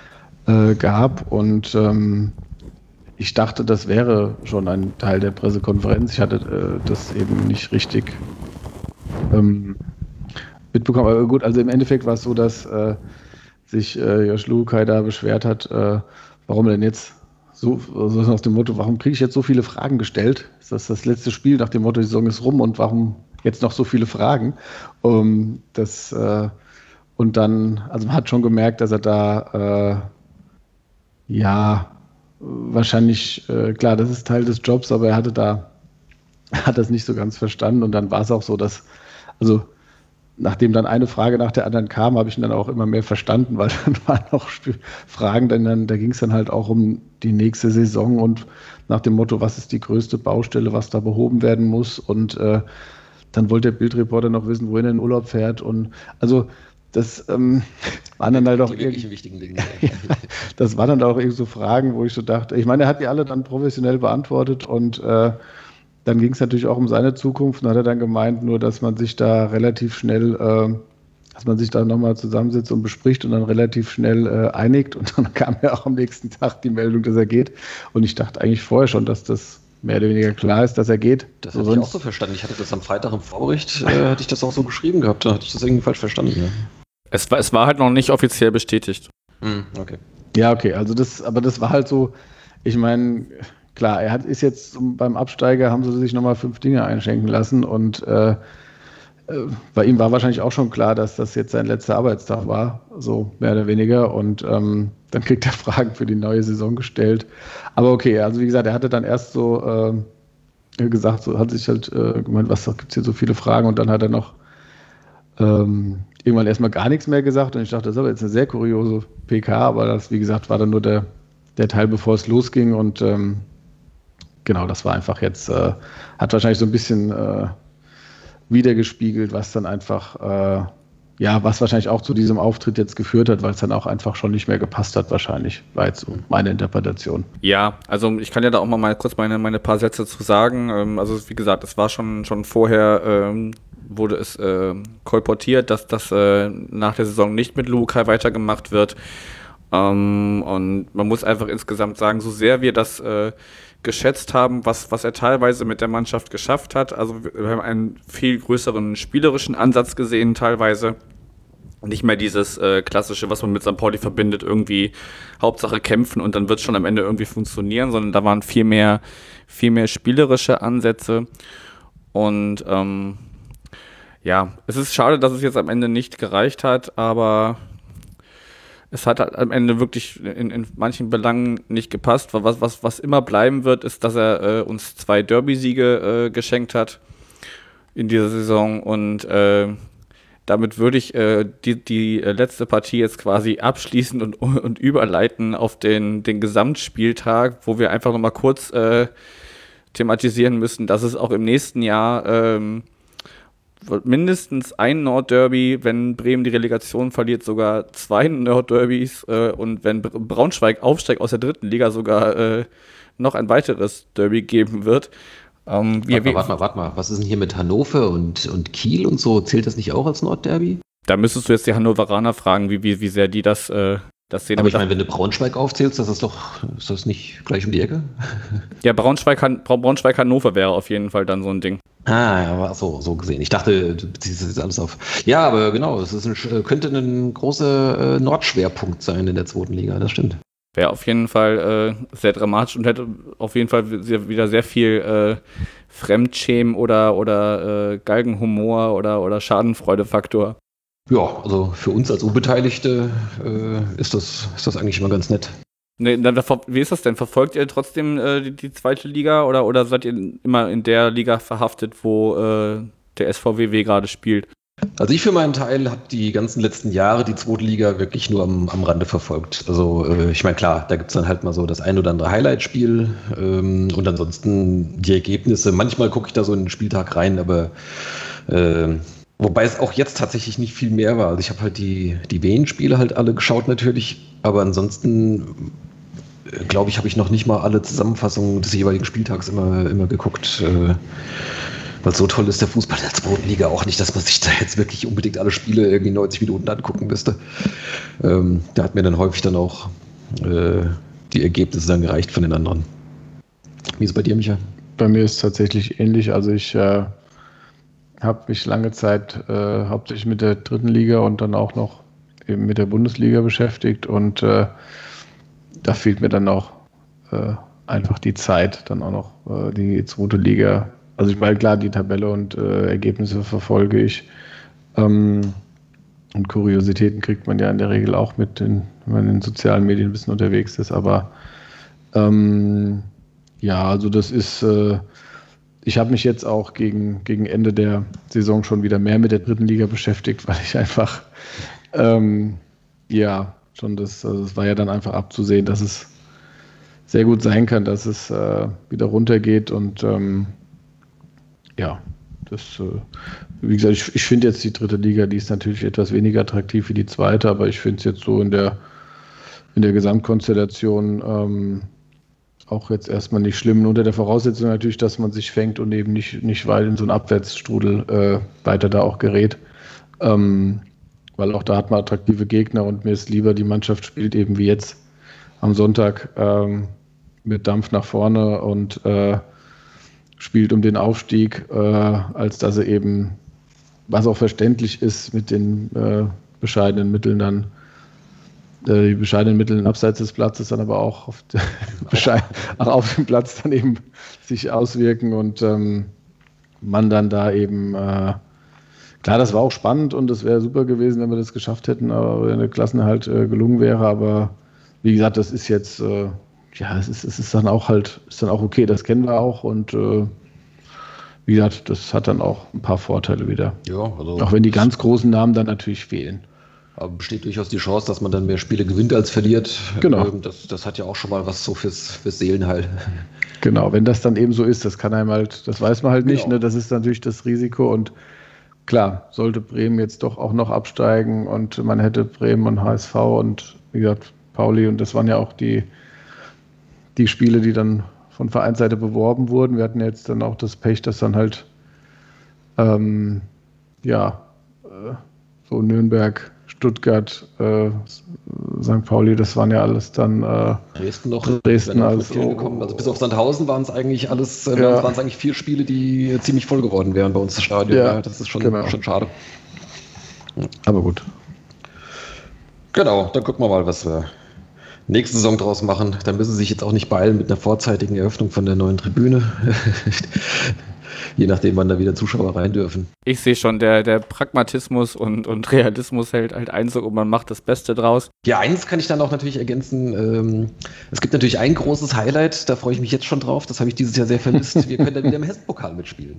gab und ich dachte, das wäre schon ein Teil der Pressekonferenz. Ich hatte das eben nicht richtig mitbekommen. Aber gut, also im Endeffekt war es so, dass sich Josh Luhukay da beschwert hat, warum denn jetzt so nach dem Motto, warum kriege ich jetzt so viele Fragen gestellt? Ist das letzte Spiel nach dem Motto, die Saison ist rum und warum jetzt noch so viele Fragen? Und dann, also man hat schon gemerkt, dass er da wahrscheinlich, klar, das ist Teil des Jobs, aber er hat das nicht so ganz verstanden und dann war es auch so, dass, also nachdem dann eine Frage nach der anderen kam, habe ich ihn dann auch immer mehr verstanden, weil dann waren auch Fragen, da ging es dann halt auch um die nächste Saison und nach dem Motto, was ist die größte Baustelle, was da behoben werden muss und dann wollte der Bildreporter noch wissen, wohin er in den Urlaub fährt und also das waren dann halt auch wirklich wichtigen Dinge. Das waren dann auch irgendwie so Fragen, wo ich so dachte, ich meine, er hat die alle dann professionell beantwortet und dann ging es natürlich auch um seine Zukunft und hat er dann gemeint, nur dass man sich da relativ schnell, dass man sich da nochmal zusammensetzt und bespricht und dann relativ schnell einigt und dann kam ja auch am nächsten Tag die Meldung, dass er geht und ich dachte eigentlich vorher schon, dass das mehr oder weniger klar ist, dass er geht. Das hatte ich auch so verstanden. Ich hatte das am Freitag im Vorbericht, hatte ich das auch so geschrieben gehabt, da hatte ich das irgendwie falsch verstanden. Ja. Es war halt noch nicht offiziell bestätigt. Okay. Ja, okay, also das war halt so, ich meine, klar, ist jetzt beim Absteiger, haben sie sich nochmal 5 Dinge einschenken lassen und bei ihm war wahrscheinlich auch schon klar, dass das jetzt sein letzter Arbeitstag war, so mehr oder weniger und dann kriegt er Fragen für die neue Saison gestellt. Aber okay, also wie gesagt, er hatte dann erst so gesagt, so hat sich halt gemeint, was gibt es hier so viele Fragen und dann hat er noch irgendwann erstmal gar nichts mehr gesagt und ich dachte, das ist aber jetzt eine sehr kuriose PK, aber das, wie gesagt, war dann nur der Teil, bevor es losging und genau, das war einfach jetzt, hat wahrscheinlich so ein bisschen wiedergespiegelt, was dann einfach was wahrscheinlich auch zu diesem Auftritt jetzt geführt hat, weil es dann auch einfach schon nicht mehr gepasst hat wahrscheinlich, war jetzt so meine Interpretation. Ja, also ich kann ja da auch mal kurz meine paar Sätze zu sagen. Also wie gesagt, es war schon vorher, wurde es kolportiert, dass das nach der Saison nicht mit Lukai weitergemacht wird. Und man muss einfach insgesamt sagen, so sehr wir das geschätzt haben, was er teilweise mit der Mannschaft geschafft hat. Also wir haben einen viel größeren spielerischen Ansatz gesehen teilweise. Nicht mehr dieses klassische, was man mit St. Pauli verbindet, irgendwie Hauptsache kämpfen und dann wird es schon am Ende irgendwie funktionieren, sondern da waren viel mehr spielerische Ansätze. Und es ist schade, dass es jetzt am Ende nicht gereicht hat, aber es hat halt am Ende wirklich in manchen Belangen nicht gepasst. Was immer bleiben wird, ist, dass er uns 2 Derby-Siege geschenkt hat in dieser Saison. Und damit würde ich die letzte Partie jetzt quasi abschließen und überleiten auf den Gesamtspieltag, wo wir einfach nochmal kurz thematisieren müssen, dass es auch im nächsten Jahr mindestens ein Nordderby, wenn Bremen die Relegation verliert, sogar 2 Nordderbys und wenn Braunschweig aufsteigt aus der 3. Liga, sogar noch ein weiteres Derby geben wird. Warte mal, was ist denn hier mit Hannover und Kiel und so? Zählt das nicht auch als Nordderby? Da müsstest du jetzt die Hannoveraner fragen, wie sehr die das sehen. Aber ich meine, wenn du Braunschweig aufzählst, ist das nicht gleich um die Ecke? Ja, Braunschweig-Hannover wäre auf jeden Fall dann so ein Ding. Aber so gesehen. Ich dachte, du beziehst das jetzt alles auf. Ja, aber genau, es könnte ein großer Nordschwerpunkt sein in der 2. Liga, das stimmt. Wäre auf jeden Fall sehr dramatisch und hätte auf jeden Fall wieder sehr viel Fremdschämen oder Galgenhumor oder Schadenfreudefaktor. Ja, also für uns als Unbeteiligte ist das eigentlich immer ganz nett. Nee, wie ist das denn? Verfolgt ihr trotzdem die 2. Liga oder seid ihr immer in der Liga verhaftet, wo der SVWW gerade spielt? Also ich für meinen Teil habe die ganzen letzten Jahre die 2. Liga wirklich nur am Rande verfolgt. Also ich meine, klar, da gibt es dann halt mal so das ein oder andere Highlight-Spiel und ansonsten die Ergebnisse. Manchmal gucke ich da so in den Spieltag rein, aber wobei es auch jetzt tatsächlich nicht viel mehr war. Also ich habe halt die Wien-Spiele halt alle geschaut natürlich, aber ansonsten glaube ich, habe ich noch nicht mal alle Zusammenfassungen des jeweiligen Spieltags immer geguckt. Weil so toll ist der Fußball in der 2. Liga auch nicht, dass man sich da jetzt wirklich unbedingt alle Spiele irgendwie 90 Minuten angucken müsste. Da hat mir dann häufig dann auch die Ergebnisse dann gereicht von den anderen. Wie ist es bei dir, Micha? Bei mir ist es tatsächlich ähnlich. Also ich habe mich lange Zeit hauptsächlich mit der 3. Liga und dann auch noch eben mit der Bundesliga beschäftigt und da fehlt mir dann auch einfach die Zeit, dann auch noch die 2. Liga. Also ich meine, klar, die Tabelle und Ergebnisse verfolge ich und Kuriositäten kriegt man ja in der Regel auch mit, wenn man in den sozialen Medien ein bisschen unterwegs ist, aber also das ist ich habe mich jetzt auch gegen Ende der Saison schon wieder mehr mit der 3. Liga beschäftigt, weil ich einfach, es war ja dann einfach abzusehen, dass es sehr gut sein kann, dass es wieder runtergeht und wie gesagt, ich finde jetzt die 3. Liga, die ist natürlich etwas weniger attraktiv wie die 2., aber ich finde es jetzt so in der Gesamtkonstellation auch jetzt erstmal nicht schlimm, unter der Voraussetzung natürlich, dass man sich fängt und eben nicht weit in so einen Abwärtsstrudel weiter da auch gerät. Weil auch da hat man attraktive Gegner und mir ist lieber, die Mannschaft spielt eben wie jetzt am Sonntag mit Dampf nach vorne und spielt um den Aufstieg, als dass sie eben, was auch verständlich ist, mit den bescheidenen Mitteln dann die bescheidenen Mittel abseits des Platzes dann aber auch auf dem Platz dann eben sich auswirken und man dann da eben, klar, das war auch spannend und es wäre super gewesen, wenn wir das geschafft hätten, aber wenn der Klassenerhalt gelungen wäre, aber wie gesagt, das ist jetzt, es ist dann auch okay, das kennen wir auch und wie gesagt, das hat dann auch ein paar Vorteile wieder. Ja, also auch wenn die ganz großen Namen dann natürlich fehlen. Aber besteht durchaus die Chance, dass man dann mehr Spiele gewinnt als verliert. Genau. Das hat ja auch schon mal was so fürs Seelenheil. Genau, wenn das dann eben so ist, das kann einem halt, das weiß man halt nicht, ne? Das ist natürlich das Risiko und klar, sollte Bremen jetzt doch auch noch absteigen und man hätte Bremen und HSV und wie gesagt Pauli, und das waren ja auch die Spiele, die dann von Vereinsseite beworben wurden. Wir hatten jetzt dann auch das Pech, dass dann halt so Nürnberg, Stuttgart, St. Pauli, das waren ja alles dann Dresden noch. Dresden als gekommen. Also bis auf Sandhausen waren es eigentlich alles, waren es eigentlich 4 Spiele, die ziemlich voll geworden wären bei uns das Stadion. Ja, das ist schon schade. Aber gut. Genau, dann gucken wir mal, was wir nächste Saison draus machen. Dann müssen sie sich jetzt auch nicht beeilen mit einer vorzeitigen Eröffnung von der neuen Tribüne. Je nachdem, wann da wieder Zuschauer rein dürfen. Ich sehe schon, der Pragmatismus und Realismus hält halt Einzug und man macht das Beste draus. Ja, eins kann ich dann auch natürlich ergänzen. Es gibt natürlich ein großes Highlight, da freue ich mich jetzt schon drauf. Das habe ich dieses Jahr sehr vermisst. Wir können dann wieder im Hessenpokal mitspielen.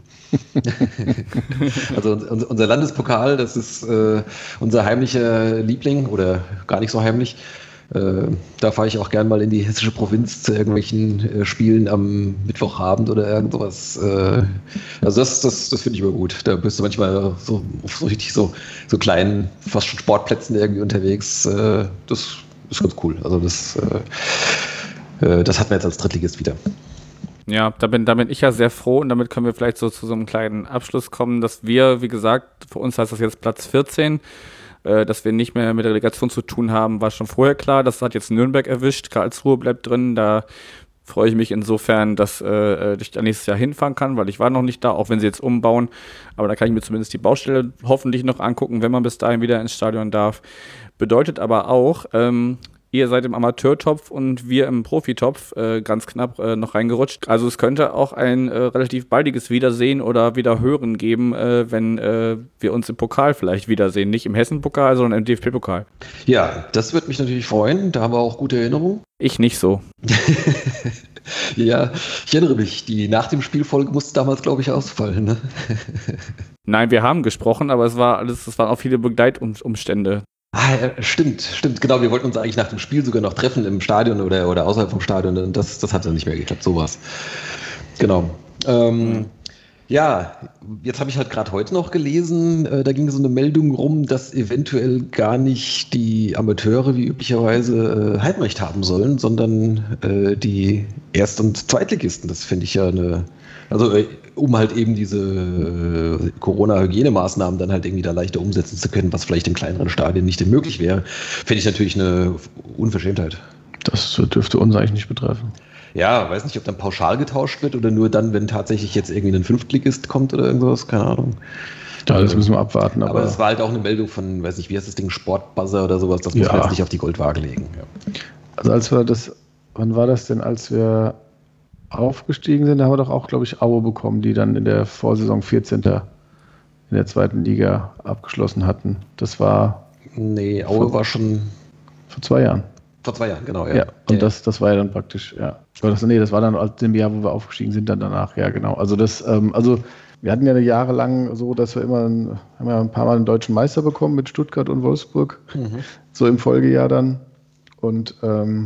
Also unser Landespokal, das ist unser heimlicher Liebling oder gar nicht so heimlich. Da fahre ich auch gern mal in die hessische Provinz zu irgendwelchen Spielen am Mittwochabend oder irgend sowas. Also das finde ich immer gut. Da bist du manchmal so richtig so kleinen, fast schon Sportplätzen irgendwie unterwegs. Das ist ganz cool. Also das hatten wir jetzt als Drittligist wieder. Ja, da bin ich ja sehr froh und damit können wir vielleicht so zu so einem kleinen Abschluss kommen, dass wir, wie gesagt, für uns heißt das jetzt Platz 14, dass wir nicht mehr mit der Relegation zu tun haben, war schon vorher klar. Das hat jetzt Nürnberg erwischt, Karlsruhe bleibt drin. Da freue ich mich insofern, dass ich da nächstes Jahr hinfahren kann, weil ich war noch nicht da, auch wenn sie jetzt umbauen. Aber da kann ich mir zumindest die Baustelle hoffentlich noch angucken, wenn man bis dahin wieder ins Stadion darf. Bedeutet aber auch, ihr seid im Amateurtopf und wir im Profitopf ganz knapp noch reingerutscht. Also es könnte auch ein relativ baldiges Wiedersehen oder Wiederhören geben, wenn wir uns im Pokal vielleicht wiedersehen. Nicht im Hessen-Pokal, sondern im DFB-Pokal. Ja, das würde mich natürlich freuen. Da haben wir auch gute Erinnerungen. Ich nicht so. Ja, ich erinnere mich. Die nach dem Spielfolge musste damals, glaube ich, ausfallen. Ne? Nein, wir haben gesprochen, aber es waren auch viele Begleitumstände. Stimmt, genau. Wir wollten uns eigentlich nach dem Spiel sogar noch treffen im Stadion oder außerhalb vom Stadion. Und das hat dann nicht mehr geklappt, sowas. Genau. Ja, jetzt habe ich halt gerade heute noch gelesen, da ging so eine Meldung rum, dass eventuell gar nicht die Amateure wie üblicherweise Heimrecht haben sollen, sondern die Erst- und Zweitligisten. Das finde ich ja um halt eben diese Corona-Hygienemaßnahmen dann halt irgendwie da leichter umsetzen zu können, was vielleicht in kleineren Stadien nicht möglich wäre, finde ich natürlich eine Unverschämtheit. Das dürfte uns eigentlich nicht betreffen. Ja, weiß nicht, ob dann pauschal getauscht wird oder nur dann, wenn tatsächlich jetzt irgendwie ein Fünftligist kommt oder irgendwas, keine Ahnung. Ja, das müssen wir abwarten. Aber es war halt auch eine Meldung von, weiß nicht, wie heißt das Ding, Sportbuzzer oder sowas, das muss man jetzt nicht auf die Goldwaage legen. Ja. Also wann war das denn, als wir aufgestiegen sind, da haben wir doch auch, glaube ich, Aue bekommen, die dann in der Vorsaison 14. in der zweiten Liga abgeschlossen hatten. Das war... Nee, Aue war schon... Vor 2 Jahren. Vor 2 Jahren, genau, ja. Und das war ja dann praktisch, ja. Das war dann im Jahr, wo wir aufgestiegen sind, dann danach, ja, genau. Also wir hatten ja jahrelang so, dass wir haben ja ein paar Mal einen deutschen Meister bekommen mit Stuttgart und Wolfsburg, so im Folgejahr dann. Und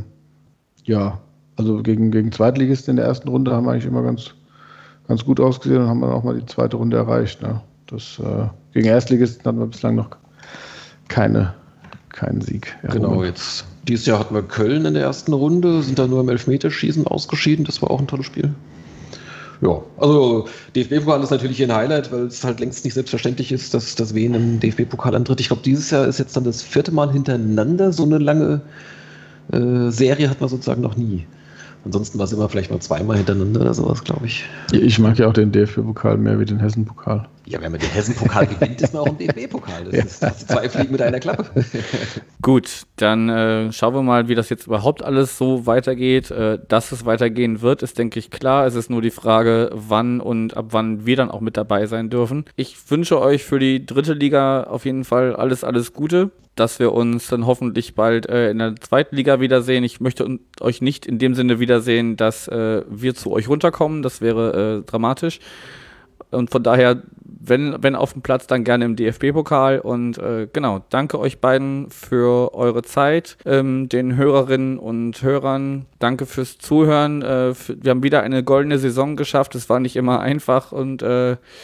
also gegen Zweitligisten in der ersten Runde haben wir eigentlich immer ganz, ganz gut ausgesehen und haben dann auch mal die zweite Runde erreicht. Ne? Gegen Erstligisten hatten wir bislang noch keinen Sieg. Genau, jetzt dieses Jahr hatten wir Köln in der ersten Runde, sind da nur im Elfmeterschießen ausgeschieden. Das war auch ein tolles Spiel. Ja, also DFB-Pokal ist natürlich ein Highlight, weil es halt längst nicht selbstverständlich ist, dass das Wien im DFB-Pokal antritt. Ich glaube, dieses Jahr ist jetzt dann das 4. Mal hintereinander. So eine lange Serie hat man sozusagen noch nie. Ansonsten war es immer vielleicht mal 2-mal hintereinander oder sowas, glaube ich. Ich mag ja auch den DFB-Pokal mehr wie den Hessen-Pokal. Ja, wenn man den Hessen-Pokal gewinnt, ist man auch im DFB-Pokal. Das ist 2 Fliegen mit einer Klappe. Gut, dann schauen wir mal, wie das jetzt überhaupt alles so weitergeht. Dass es weitergehen wird, ist, denke ich, klar. Es ist nur die Frage, wann und ab wann wir dann auch mit dabei sein dürfen. Ich wünsche euch für die 3. Liga auf jeden Fall alles Gute, dass wir uns dann hoffentlich bald in der 2. Liga wiedersehen. Ich möchte euch nicht in dem Sinne wiedersehen, dass wir zu euch runterkommen. Das wäre dramatisch. Und von daher, wenn auf dem Platz, dann gerne im DFB-Pokal. Und genau, danke euch beiden für eure Zeit, den Hörerinnen und Hörern. Danke fürs Zuhören. Wir haben wieder eine goldene Saison geschafft. Es war nicht immer einfach und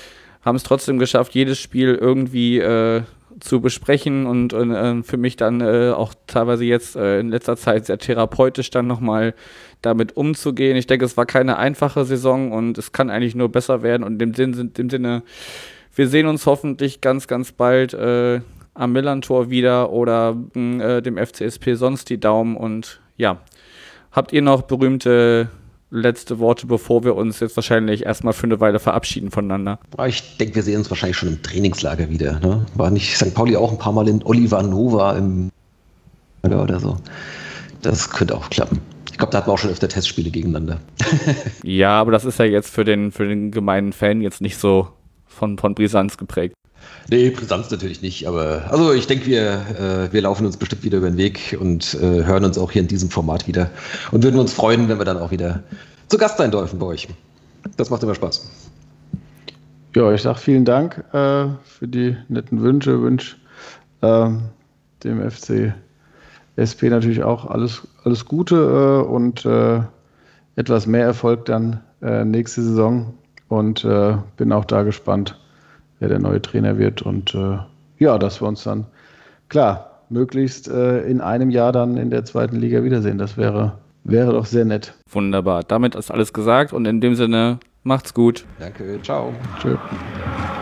haben es trotzdem geschafft, jedes Spiel irgendwie zu besprechen und für mich dann auch teilweise jetzt in letzter Zeit sehr therapeutisch dann nochmal damit umzugehen. Ich denke, es war keine einfache Saison und es kann eigentlich nur besser werden und in dem Sinne, wir sehen uns hoffentlich ganz, ganz bald am Millern-Tor wieder oder dem FCSP sonst die Daumen und ja, habt ihr noch berühmte letzte Worte, bevor wir uns jetzt wahrscheinlich erstmal für eine Weile verabschieden voneinander? Ich denke, wir sehen uns wahrscheinlich schon im Trainingslager wieder. Ne? War nicht St. Pauli auch ein paar Mal in Oliver Nova im oder so? Das könnte auch klappen. Ich glaube, da hatten wir auch schon öfter Testspiele gegeneinander. Ja, aber das ist ja jetzt für den gemeinen Fan jetzt nicht so von Brisanz geprägt. Nee, Brisanz natürlich nicht, aber also ich denke, wir laufen uns bestimmt wieder über den Weg und hören uns auch hier in diesem Format wieder und würden uns freuen, wenn wir dann auch wieder zu Gast sein dürfen bei euch. Das macht immer Spaß. Ja, ich sage vielen Dank für die netten Wünsche. Dem FC SP natürlich auch alles Gute und etwas mehr Erfolg dann nächste Saison und bin auch da gespannt, wer der neue Trainer wird und dass wir uns dann, klar, möglichst in einem Jahr dann in der zweiten Liga wiedersehen. Das wäre doch sehr nett. Wunderbar. Damit ist alles gesagt und in dem Sinne, macht's gut. Danke, ciao. Tschö.